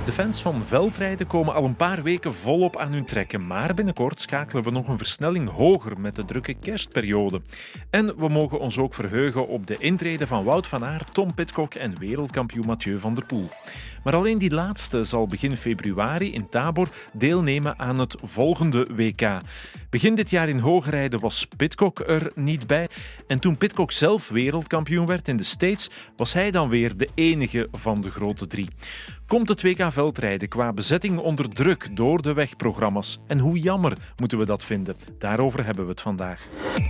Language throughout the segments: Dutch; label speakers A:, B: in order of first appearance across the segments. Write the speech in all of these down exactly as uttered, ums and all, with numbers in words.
A: De fans van veldrijden komen al een paar weken volop aan hun trekken, maar binnenkort schakelen we nog een versnelling hoger met de drukke kerstperiode. En we mogen ons ook verheugen op de intrede van Wout van Aert, Tom Pidcock en wereldkampioen Mathieu van der Poel. Maar alleen die laatste zal begin februari in Tabor deelnemen aan het volgende W K. Begin dit jaar in hoogrijden was Pidcock er niet bij. En toen Pidcock zelf wereldkampioen werd in de States, was hij dan weer de enige van de grote drie. Komt het W K veldrijden qua bezetting onder druk door de wegprogramma's? En hoe jammer moeten we dat vinden? Daarover hebben we het vandaag.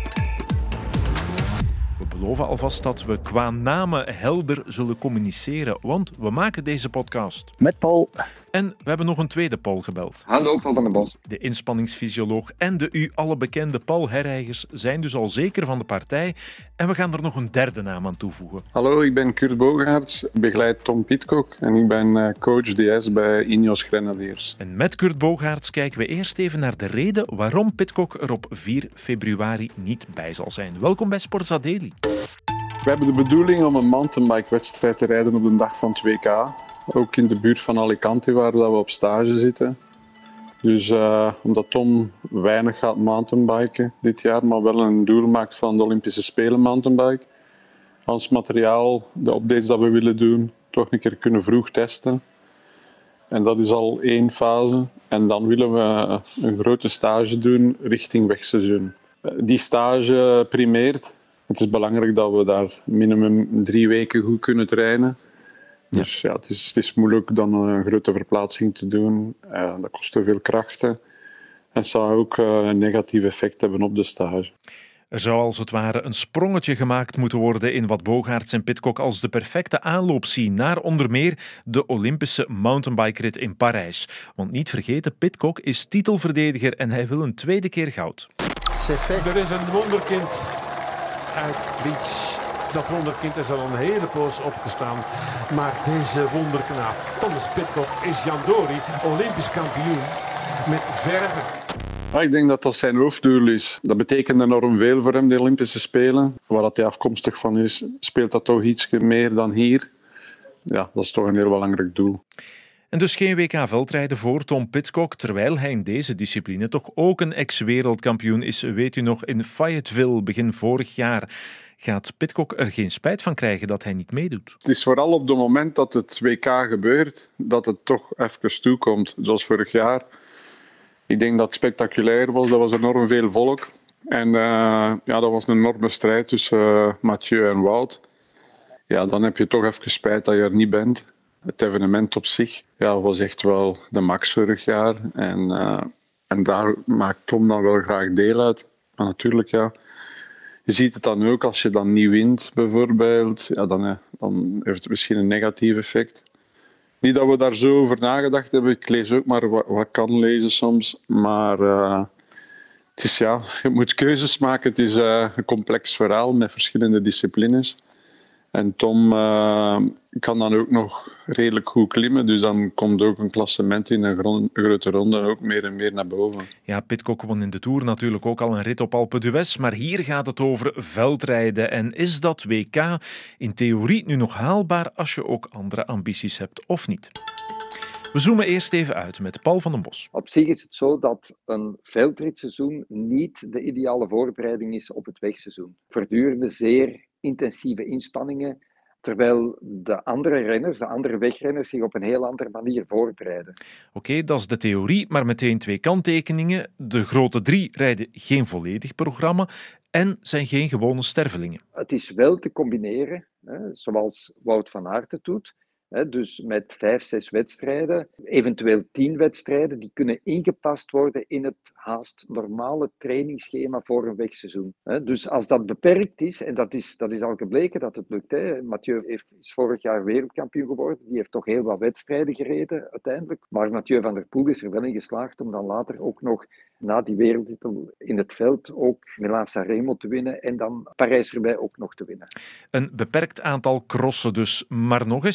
A: We beloven alvast dat we qua namen helder zullen communiceren, want we maken deze podcast.
B: Met Paul.
A: En we hebben nog een tweede Paul gebeld.
C: Hallo, Paul van den Bos.
A: De inspanningsfysioloog en de u alle bekende Paul Herreigers zijn dus al zeker van de partij. En we gaan er nog een derde naam aan toevoegen.
D: Hallo, ik ben Kurt Bogaerts, begeleid Tom Pidcock en ik ben coach D S bij Ineos Grenadiers.
A: En met Kurt Bogaerts kijken we eerst even naar de reden waarom Pidcock er op vier februari niet bij zal zijn. Welkom bij Sportza Daily.
D: We hebben de bedoeling om een mountainbike-wedstrijd te rijden op de dag van het W K. Ook in de buurt van Alicante, waar we op stage zitten. Dus uh, omdat Tom weinig gaat mountainbiken dit jaar, maar wel een doel maakt van de Olympische Spelen mountainbike. Ons materiaal, de updates dat we willen doen, toch een keer kunnen vroeg testen. En dat is al één fase. En dan willen we een grote stage doen richting wegseizoen. Die stage primeert. Het is belangrijk dat we daar minimum drie weken goed kunnen trainen. Dus ja, het is, het is moeilijk dan een grote verplaatsing te doen. Uh, dat kost te veel krachten. En het zou ook uh, een negatief effect hebben op de stage.
A: Er zou als het ware een sprongetje gemaakt moeten worden in wat Bogaerts en Pidcock als de perfecte aanloop zien naar onder meer de Olympische mountainbikerit in Parijs. Want niet vergeten, Pidcock is titelverdediger en hij wil een tweede keer goud.
E: Er is een wonderkind uit Leeds. Dat wonderkind is al een hele poos opgestaan. Maar deze wonderknaap, Thomas Pidcock, is Jan Dory, Olympisch kampioen met verven.
D: Ah, ik denk dat dat zijn hoofddoel is. Dat betekent enorm veel voor hem, de Olympische Spelen. Waar dat hij afkomstig van is, speelt dat toch iets meer dan hier. Ja, dat is toch een heel belangrijk doel.
A: En dus geen W K veldrijden voor Tom Pidcock, terwijl hij in deze discipline toch ook een ex-wereldkampioen is, weet u nog, in Fayetteville begin vorig jaar. Gaat Pidcock er geen spijt van krijgen dat hij niet meedoet?
D: Het is vooral op het moment dat het W K gebeurt, dat het toch even toekomt, zoals vorig jaar. Ik denk dat het spectaculair was, dat was enorm veel volk. En uh, ja, dat was een enorme strijd tussen uh, Mathieu en Wout. Ja, dan heb je toch even spijt dat je er niet bent. Het evenement op zich ja, was echt wel de max vorig jaar. En, uh, en daar maakt Tom dan wel graag deel uit. Maar natuurlijk, ja, je ziet het dan ook als je dan niet wint, bijvoorbeeld. Ja, dan, uh, dan heeft het misschien een negatief effect. Niet dat we daar zo over nagedacht hebben. Ik lees ook maar wat, wat kan lezen soms. Maar uh, het is, ja, je moet keuzes maken. Het is uh, een complex verhaal met verschillende disciplines. En Tom uh, kan dan ook nog redelijk goed klimmen. Dus dan komt ook een klassement in een, gro- een grote ronde ook meer en meer naar boven.
A: Ja, Pidcock won in de Tour natuurlijk ook al een rit op Alpe d'Huez. Maar hier gaat het over veldrijden. En is dat W K in theorie nu nog haalbaar als je ook andere ambities hebt of niet? We zoomen eerst even uit met Paul van den Bos.
C: Op zich is het zo dat een veldritseizoen niet de ideale voorbereiding is op het wegseizoen. Voortdurende zeer intensieve inspanningen, terwijl de andere renners, de andere wegrenners, zich op een heel andere manier voorbereiden.
A: Oké, okay, dat is de theorie, maar meteen twee kanttekeningen. De grote drie rijden geen volledig programma en zijn geen gewone stervelingen.
C: Het is wel te combineren, hè, zoals Wout van Aert het doet. He, dus met vijf, zes wedstrijden, eventueel tien wedstrijden, die kunnen ingepast worden in het haast normale trainingsschema voor een wegseizoen. He, dus als dat beperkt is, en dat is, dat is al gebleken dat het lukt. He. Mathieu heeft, is vorig jaar wereldkampioen geworden, die heeft toch heel wat wedstrijden gereden uiteindelijk. Maar Mathieu van der Poel is er wel in geslaagd om dan later ook nog na die wereldtitel in het veld ook Milaan-Sanremo te winnen en dan Parijs-Roubaix ook nog te winnen.
A: Een beperkt aantal crossen dus, maar nog eens, het is op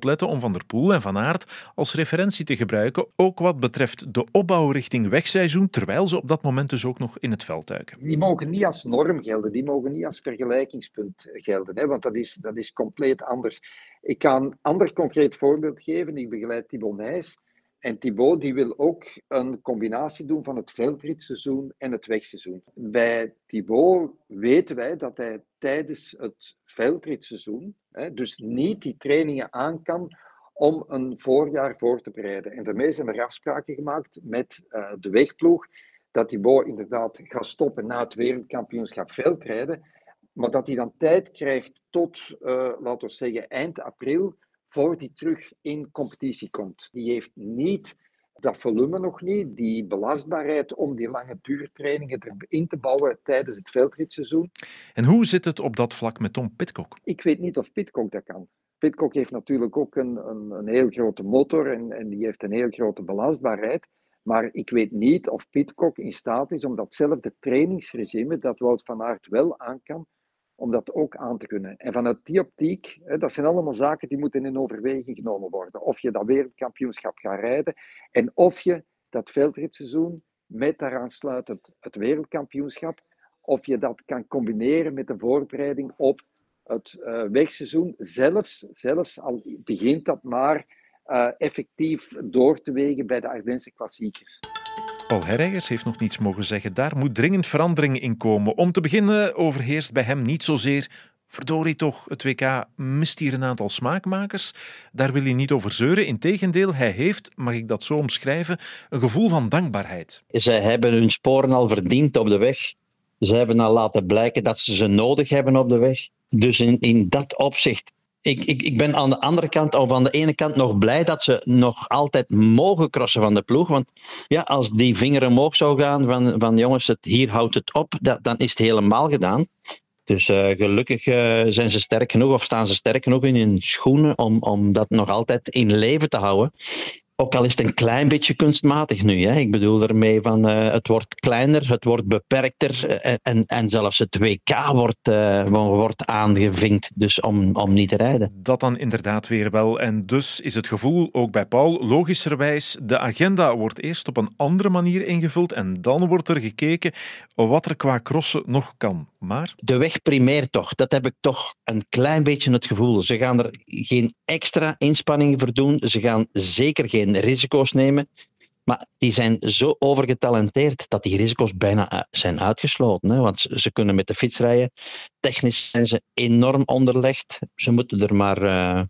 A: opletten om Van der Poel en Van Aert als referentie te gebruiken, ook wat betreft de opbouw richting wegseizoen, terwijl ze op dat moment dus ook nog in het veld duiken.
C: Die mogen niet als norm gelden, die mogen niet als vergelijkingspunt gelden, hè, want dat is, dat is compleet anders. Ik ga een ander concreet voorbeeld geven. Ik begeleid Thibaut Nys. En Thibaut die wil ook een combinatie doen van het veldritseizoen en het wegseizoen. Bij Thibaut weten wij dat hij tijdens het veldritseizoen hè, dus niet die trainingen aan kan om een voorjaar voor te bereiden. En daarmee zijn er afspraken gemaakt met uh, de wegploeg dat Thibaut inderdaad gaat stoppen na het wereldkampioenschap veldrijden, maar dat hij dan tijd krijgt tot, uh, laten we zeggen, eind april, voor die terug in competitie komt. Die heeft niet dat volume nog niet, die belastbaarheid om die lange duurtrainingen erin te bouwen tijdens het veldritseizoen.
A: En hoe zit het op dat vlak met Tom Pidcock?
C: Ik weet niet of Pidcock dat kan. Pidcock heeft natuurlijk ook een, een, een heel grote motor en, en die heeft een heel grote belastbaarheid. Maar ik weet niet of Pidcock in staat is om datzelfde trainingsregime dat Wout van Aert wel aan kan, om dat ook aan te kunnen. En vanuit die optiek, hè, dat zijn allemaal zaken die moeten in overweging genomen worden. Of je dat wereldkampioenschap gaat rijden en of je dat veldritseizoen met daaraan sluitend het wereldkampioenschap, of je dat kan combineren met de voorbereiding op het uh, wegseizoen, zelfs, zelfs al begint dat maar uh, effectief door te wegen bij de Ardense klassiekers.
A: Paul Herreigers heeft nog niets mogen zeggen. Daar moet dringend verandering in komen. Om te beginnen overheerst bij hem niet zozeer, verdorie toch, het W K mist hier een aantal smaakmakers. Daar wil hij niet over zeuren. Integendeel, hij heeft, mag ik dat zo omschrijven, een gevoel van dankbaarheid.
B: Zij hebben hun sporen al verdiend op de weg. Ze hebben al laten blijken dat ze ze nodig hebben op de weg. Dus in, in dat opzicht, ik, ik, ik ben aan de andere kant, of aan de ene kant nog blij dat ze nog altijd mogen crossen van de ploeg. Want ja, als die vinger omhoog zou gaan van, van jongens, het, hier houdt het op, dat, dan is het helemaal gedaan. Dus uh, gelukkig uh, zijn ze sterk genoeg, of staan ze sterk genoeg in hun schoenen om, om dat nog altijd in leven te houden. Ook al is het een klein beetje kunstmatig nu. Hè. Ik bedoel ermee van uh, het wordt kleiner, het wordt beperkter uh, en, en zelfs het W K wordt, uh, wordt aangevinkt dus om, om niet te rijden.
A: Dat dan inderdaad weer wel. En dus is het gevoel, ook bij Paul, logischerwijs, de agenda wordt eerst op een andere manier ingevuld en dan wordt er gekeken wat er qua crossen nog kan. Maar...
B: De weg primair toch, dat heb ik toch een klein beetje het gevoel. Ze gaan er geen extra inspanningen voor doen, ze gaan zeker geen risico's nemen, maar die zijn zo overgetalenteerd dat die risico's bijna zijn uitgesloten. Hè? Want ze kunnen met de fiets rijden. Technisch zijn ze enorm onderlegd. Ze moeten er maar uh,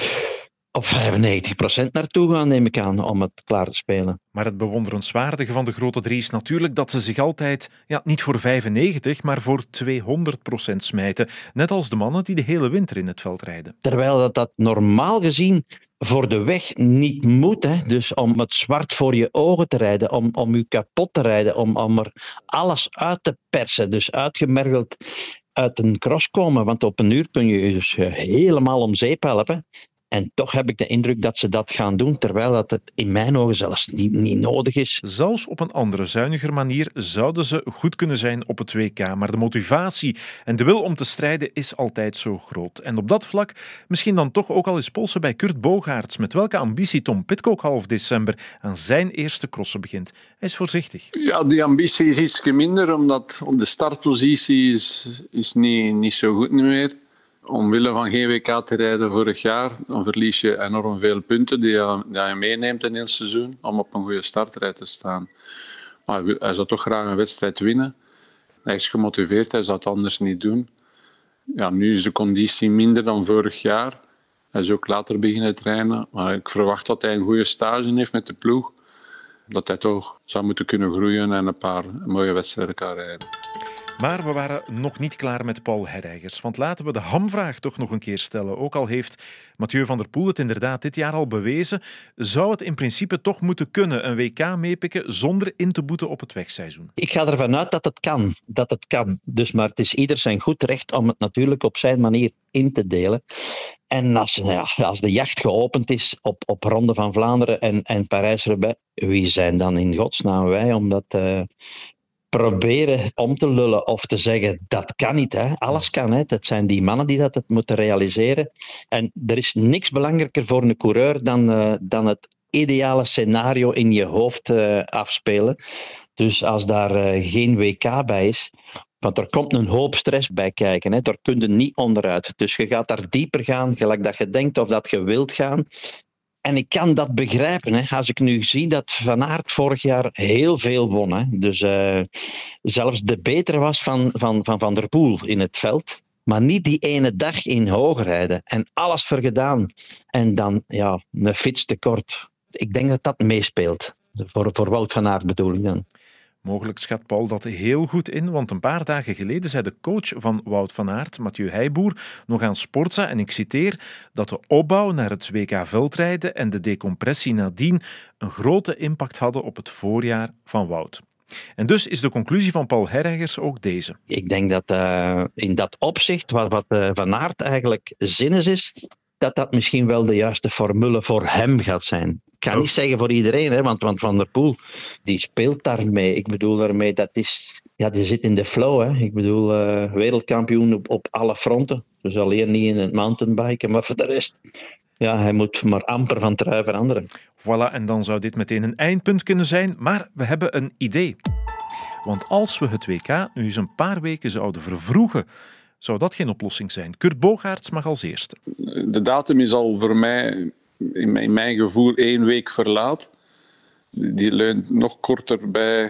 B: op vijfennegentig procent naartoe gaan, neem ik aan, om het klaar te spelen.
A: Maar het bewonderenswaardige van de grote drie is natuurlijk dat ze zich altijd, ja, niet voor vijfennegentig, maar voor tweehonderd procent smijten. Net als de mannen die de hele winter in het veld rijden.
B: Terwijl dat, dat normaal gezien voor de weg niet moet. Hè. Dus om het zwart voor je ogen te rijden, om, om je kapot te rijden, om, om er alles uit te persen. Dus uitgemergeld uit een cross komen. Want op een uur kun je je dus helemaal om zeep helpen. En toch heb ik de indruk dat ze dat gaan doen, terwijl dat het in mijn ogen zelfs niet, niet nodig is.
A: Zelfs op een andere, zuiniger manier zouden ze goed kunnen zijn op het W K. Maar de motivatie en de wil om te strijden is altijd zo groot. En op dat vlak misschien dan toch ook al eens polsen bij Kurt Bogaerts. Met welke ambitie Tom Pidcock half december aan zijn eerste crossen begint. Hij is voorzichtig.
D: Ja, die ambitie is iets minder, omdat de startpositie is, is niet, niet zo goed meer. Omwille van geen W K te rijden vorig jaar, dan verlies je enorm veel punten die je, die je meeneemt in heel seizoen om op een goede startrij te staan. Maar hij zou toch graag een wedstrijd winnen. Hij is gemotiveerd, hij zou het anders niet doen. Ja, nu is de conditie minder dan vorig jaar. Hij is ook later beginnen trainen, maar ik verwacht dat hij een goede stage heeft met de ploeg. Dat hij toch zou moeten kunnen groeien en een paar mooie wedstrijden kan rijden.
A: Maar we waren nog niet klaar met Paul Herreigers. Want laten we de hamvraag toch nog een keer stellen. Ook al heeft Mathieu van der Poel het inderdaad dit jaar al bewezen, zou het in principe toch moeten kunnen een W K meepikken zonder in te boeten op het wegseizoen?
B: Ik ga ervan uit dat het kan. Dat het kan. Dus, maar het is ieder zijn goed recht om het natuurlijk op zijn manier in te delen. En als, ja, als de jacht geopend is op, op Ronde van Vlaanderen en, en Parijs-Roubaix, wie zijn dan in godsnaam wij om dat... Uh, proberen om te lullen of te zeggen dat kan niet. Hè. Alles kan. Hè. Dat zijn die mannen die dat het moeten realiseren. En er is niks belangrijker voor een coureur dan, uh, dan het ideale scenario in je hoofd uh, afspelen. Dus als daar uh, geen W K bij is, want er komt een hoop stress bij kijken. Hè. Daar kun je niet onderuit. Dus je gaat daar dieper gaan, gelijk dat je denkt of dat je wilt gaan. En ik kan dat begrijpen. Hè. Als ik nu zie dat Van Aert vorig jaar heel veel won. Hè. Dus uh, zelfs de betere was van Van, van Van der Poel in het veld. Maar niet die ene dag in hoogrijden. En alles voor gedaan. En dan ja, een fiets tekort. Ik denk dat dat meespeelt. Voor, voor Wout van Aert bedoel ik dan.
A: Mogelijk schat Paul dat heel goed in, want een paar dagen geleden zei de coach van Wout van Aert, Mathieu Heijboer, nog aan Sportza, en ik citeer, dat de opbouw naar het W K veldrijden en de decompressie nadien een grote impact hadden op het voorjaar van Wout. En dus is de conclusie van Paul Herreigers ook deze.
B: Ik denk dat uh, in dat opzicht, wat, wat uh, Van Aert eigenlijk zinnig is, dat dat misschien wel de juiste formule voor hem gaat zijn. Ik kan oh. niet zeggen voor iedereen, hè, want, want Van der Poel die speelt daarmee. Ik bedoel daarmee, dat is, ja, die zit in de flow. Hè. Ik bedoel, uh, wereldkampioen op, op alle fronten. Dus alleen niet in het mountainbiken, maar voor de rest, ja, hij moet maar amper van trui veranderen.
A: Voilà, en dan zou dit meteen een eindpunt kunnen zijn, maar we hebben een idee. Want als we het W K nu eens een paar weken zouden vervroegen, zou dat geen oplossing zijn? Kurt Bogaerts mag als eerste.
D: De datum is al voor mij, in mijn, in mijn gevoel, één week verlaat. Die leunt nog korter bij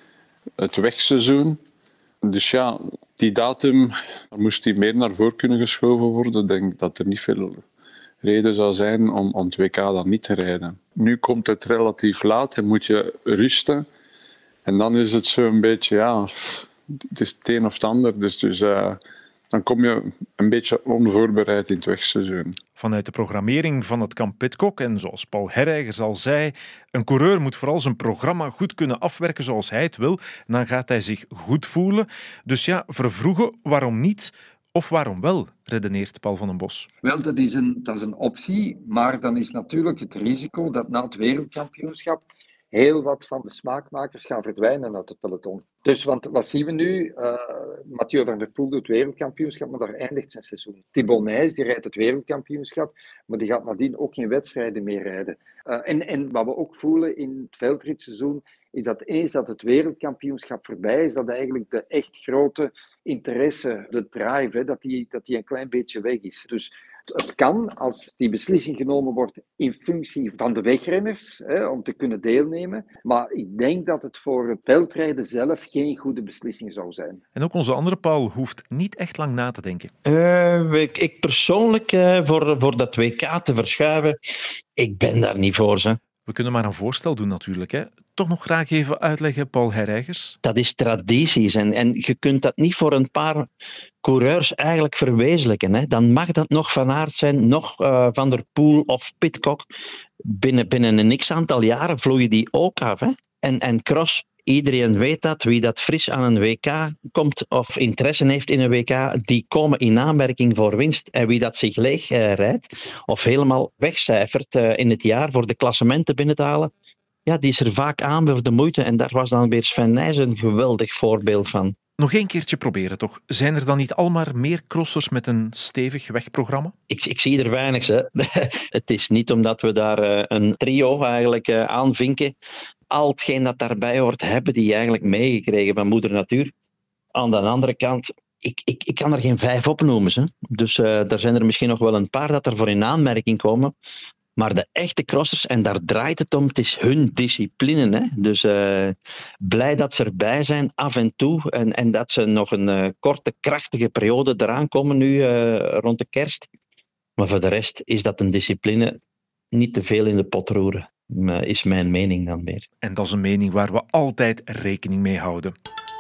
D: het wegseizoen. Dus ja, die datum, moest die meer naar voren kunnen geschoven worden. Ik denk dat er niet veel reden zou zijn om, om het W K dan niet te rijden. Nu komt het relatief laat en moet je rusten. En dan is het zo een beetje, ja, het is het een of het ander. Dus, dus uh, dan kom je een beetje onvoorbereid in het wegseizoen.
A: Vanuit de programmering van het kamp Pidcock, en zoals Paul Herreigers al zei, een coureur moet vooral zijn programma goed kunnen afwerken zoals hij het wil. Dan gaat hij zich goed voelen. Dus ja, vervroegen, waarom niet? Of waarom wel, redeneert Paul van den Bos.
C: Wel, dat is, een, dat is een optie, maar dan is natuurlijk het risico dat na het wereldkampioenschap heel wat van de smaakmakers gaan verdwijnen uit het peloton. Dus, want wat zien we nu? Uh, Mathieu van der Poel doet het wereldkampioenschap, maar daar eindigt zijn seizoen. Thibaut Nys, die rijdt het wereldkampioenschap, maar die gaat nadien ook geen wedstrijden meer rijden. Uh, en, en wat we ook voelen in het veldritseizoen, is dat eens dat het wereldkampioenschap voorbij is, dat eigenlijk de echt grote interesse, de drive, hè, dat, die, dat die een klein beetje weg is. Dus het kan, als die beslissing genomen wordt in functie van de wegrenners, hè, om te kunnen deelnemen. Maar ik denk dat het voor het veldrijden zelf geen goede beslissing zou zijn.
A: En ook onze andere Paul hoeft niet echt lang na te denken.
B: Uh, ik, ik persoonlijk, uh, voor, voor dat W K te verschuiven, ik ben daar niet voor. Ze.
A: We kunnen maar een voorstel doen natuurlijk. Hè. Toch nog graag even uitleggen, Paul Herreigers?
B: Dat is tradities en, en je kunt dat niet voor een paar coureurs eigenlijk verwezenlijken. Hè. Dan mag dat nog Van Aert zijn, nog uh, Van der Poel of Pidcock. Binnen, binnen een x-aantal jaren vloeien die ook af. Hè. En, en cross, iedereen weet dat. Wie dat fris aan een W K komt of interesse heeft in een W K, die komen in aanmerking voor winst. En wie dat zich leeg uh, rijdt of helemaal wegcijfert uh, in het jaar voor de klassementen binnen te halen, ja, die is er vaak aan voor de moeite. En daar was dan weer Sven Nys een geweldig voorbeeld van.
A: Nog één keertje proberen, toch? Zijn er dan niet al maar meer crossers met een stevig wegprogramma?
B: Ik, ik zie er weinig. Hè. Het is niet omdat we daar uh, een trio eigenlijk uh, aanvinken. Al hetgeen dat daarbij hoort, hebben die eigenlijk meegekregen van moeder natuur. Aan de andere kant, ik, ik, ik kan er geen vijf opnoemen. Hè. Dus uh, er zijn er misschien nog wel een paar dat er voor in aanmerking komen. Maar de echte crossers, en daar draait het om, het is hun discipline. Hè? Dus uh, blij dat ze erbij zijn, af en toe. En, en dat ze nog een uh, korte, krachtige periode eraan komen nu uh, rond de kerst. Maar voor de rest is dat een discipline, niet te veel in de pot roeren. Uh, is mijn mening dan weer.
A: En dat is een mening waar we altijd rekening mee houden.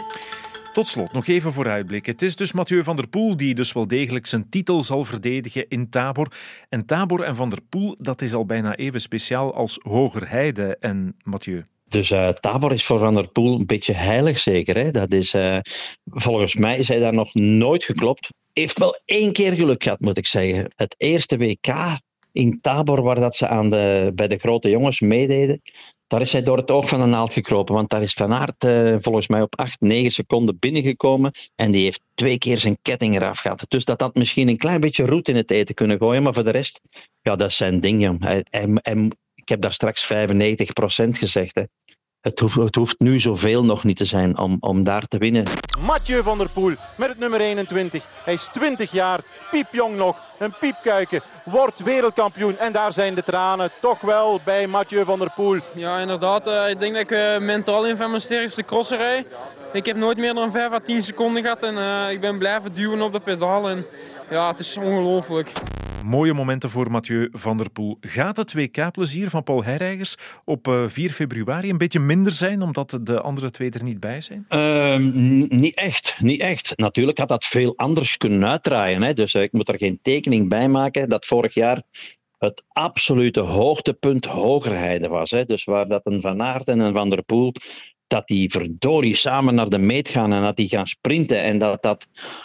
A: Tot slot nog even vooruitblikken. Het is dus Mathieu van der Poel die dus wel degelijk zijn titel zal verdedigen in Tabor. En Tabor en Van der Poel, dat is al bijna even speciaal als Hogerheide en Mathieu.
B: Dus uh, Tabor is voor Van der Poel een beetje heilig zeker. Hè? Dat is, uh, volgens mij is hij daar nog nooit geklopt. Heeft wel één keer geluk gehad, moet ik zeggen. Het eerste W K in Tabor, waar dat ze aan de, bij de grote jongens meededen, daar is hij door het oog van de naald gekropen. Want daar is Van Aert uh, volgens mij op acht, negen seconden binnengekomen. En die heeft twee keer zijn ketting eraf gehad. Dus dat had misschien een klein beetje roet in het eten kunnen gooien. Maar voor de rest, ja, dat is zijn ding, jong. Hij, hij, hij, ik heb daar straks vijfennegentig procent gezegd, hè. Het hoeft, het hoeft nu zoveel nog niet te zijn om, om daar te winnen.
F: Mathieu van der Poel met het nummer eenentwintig. Hij is twintig jaar, piepjong nog, een piepkuiken, wordt wereldkampioen. En daar zijn de tranen toch wel bij Mathieu van der Poel.
G: Ja, inderdaad. Uh, ik denk dat ik uh, mentaal een van mijn sterkste crossen rijd. Ik heb nooit meer dan vijf à tien seconden gehad en uh, ik ben blijven duwen op de pedaal. En ja, het is ongelooflijk.
A: Mooie momenten voor Mathieu van der Poel. Gaat het W K-plezier van Paul Herreigers op vier februari een beetje minder zijn, omdat de andere twee er niet bij zijn?
B: Uh, n- niet echt, niet echt. Natuurlijk had dat veel anders kunnen uitdraaien. Hè? Dus uh, ik moet er geen tekening bij maken dat vorig jaar het absolute hoogtepunt Hogerheide was. Hè? Dus waar dat een Van Aert en een Van der Poel, dat die verdorie samen naar de meet gaan en dat die gaan sprinten en dat dat...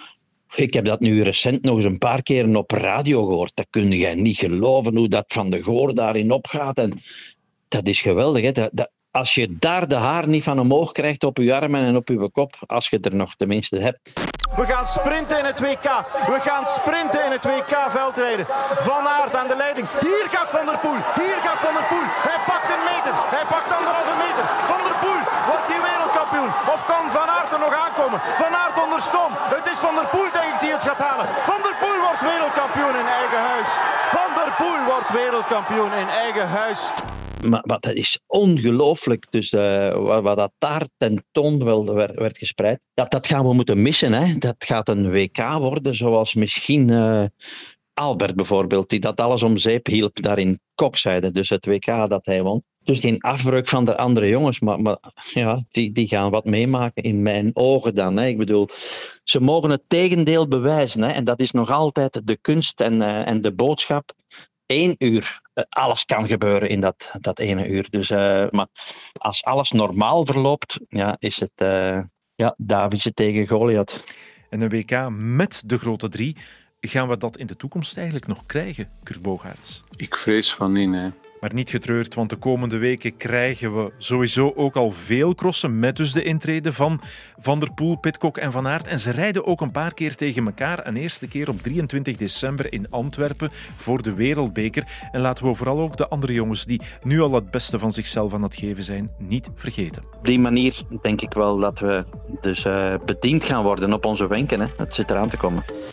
B: Ik heb dat nu recent nog eens een paar keer op radio gehoord. Dat kun je niet geloven hoe dat Van de Goor daarin opgaat. En dat is geweldig. Hè? Dat, dat, als je daar de haar niet van omhoog krijgt op je armen en op je kop, als je er nog tenminste hebt.
F: We gaan sprinten in het W K. We gaan sprinten in het W K-veldrijden. Van Aert aan de leiding. Hier gaat Van der Poel. Hier gaat Van der Poel. Hij pakt een meter. Hij pakt anderhalve meter. Van der Poel wordt die wereldkampioen. Of kan Van Aert er nog aankomen? Van Aert onder stoom. Het is Van der Poel, denk ik, die het gaat halen. Van der Poel wordt wereldkampioen in eigen huis. Van der Poel wordt wereldkampioen in eigen huis.
B: Maar, maar dat is ongelooflijk. Dus uh, wat, wat dat daar tentoon wel werd, werd gespreid, ja, dat gaan we moeten missen. Hè. Dat gaat een W K worden, zoals misschien uh, Albert bijvoorbeeld, die dat alles om zeep hielp daar in Kokzijde. Dus het W K dat hij won. Dus geen afbreuk van de andere jongens, maar, maar ja, die, die gaan wat meemaken in mijn ogen dan. Hè. Ik bedoel, ze mogen het tegendeel bewijzen. Hè. En dat is nog altijd de kunst en, uh, en de boodschap. Eén uur. Alles kan gebeuren in dat, dat ene uur. Dus, uh, maar als alles normaal verloopt, ja, is het uh, ja, Davidje tegen Goliath.
A: En een W K met de grote drie. Gaan we dat in de toekomst eigenlijk nog krijgen, Kurt Boogaerts?
D: Ik vrees van niet, hè.
A: Maar niet getreurd, want de komende weken krijgen we sowieso ook al veel crossen met dus de intrede van Van der Poel, Pidcock en Van Aert. En ze rijden ook een paar keer tegen elkaar. Een eerste keer op drieëntwintig december in Antwerpen voor de Wereldbeker. En laten we vooral ook de andere jongens die nu al het beste van zichzelf aan het geven zijn, niet vergeten.
B: Op die manier denk ik wel dat we dus uh, bediend gaan worden op onze wenken. Hè. Het zit eraan te komen.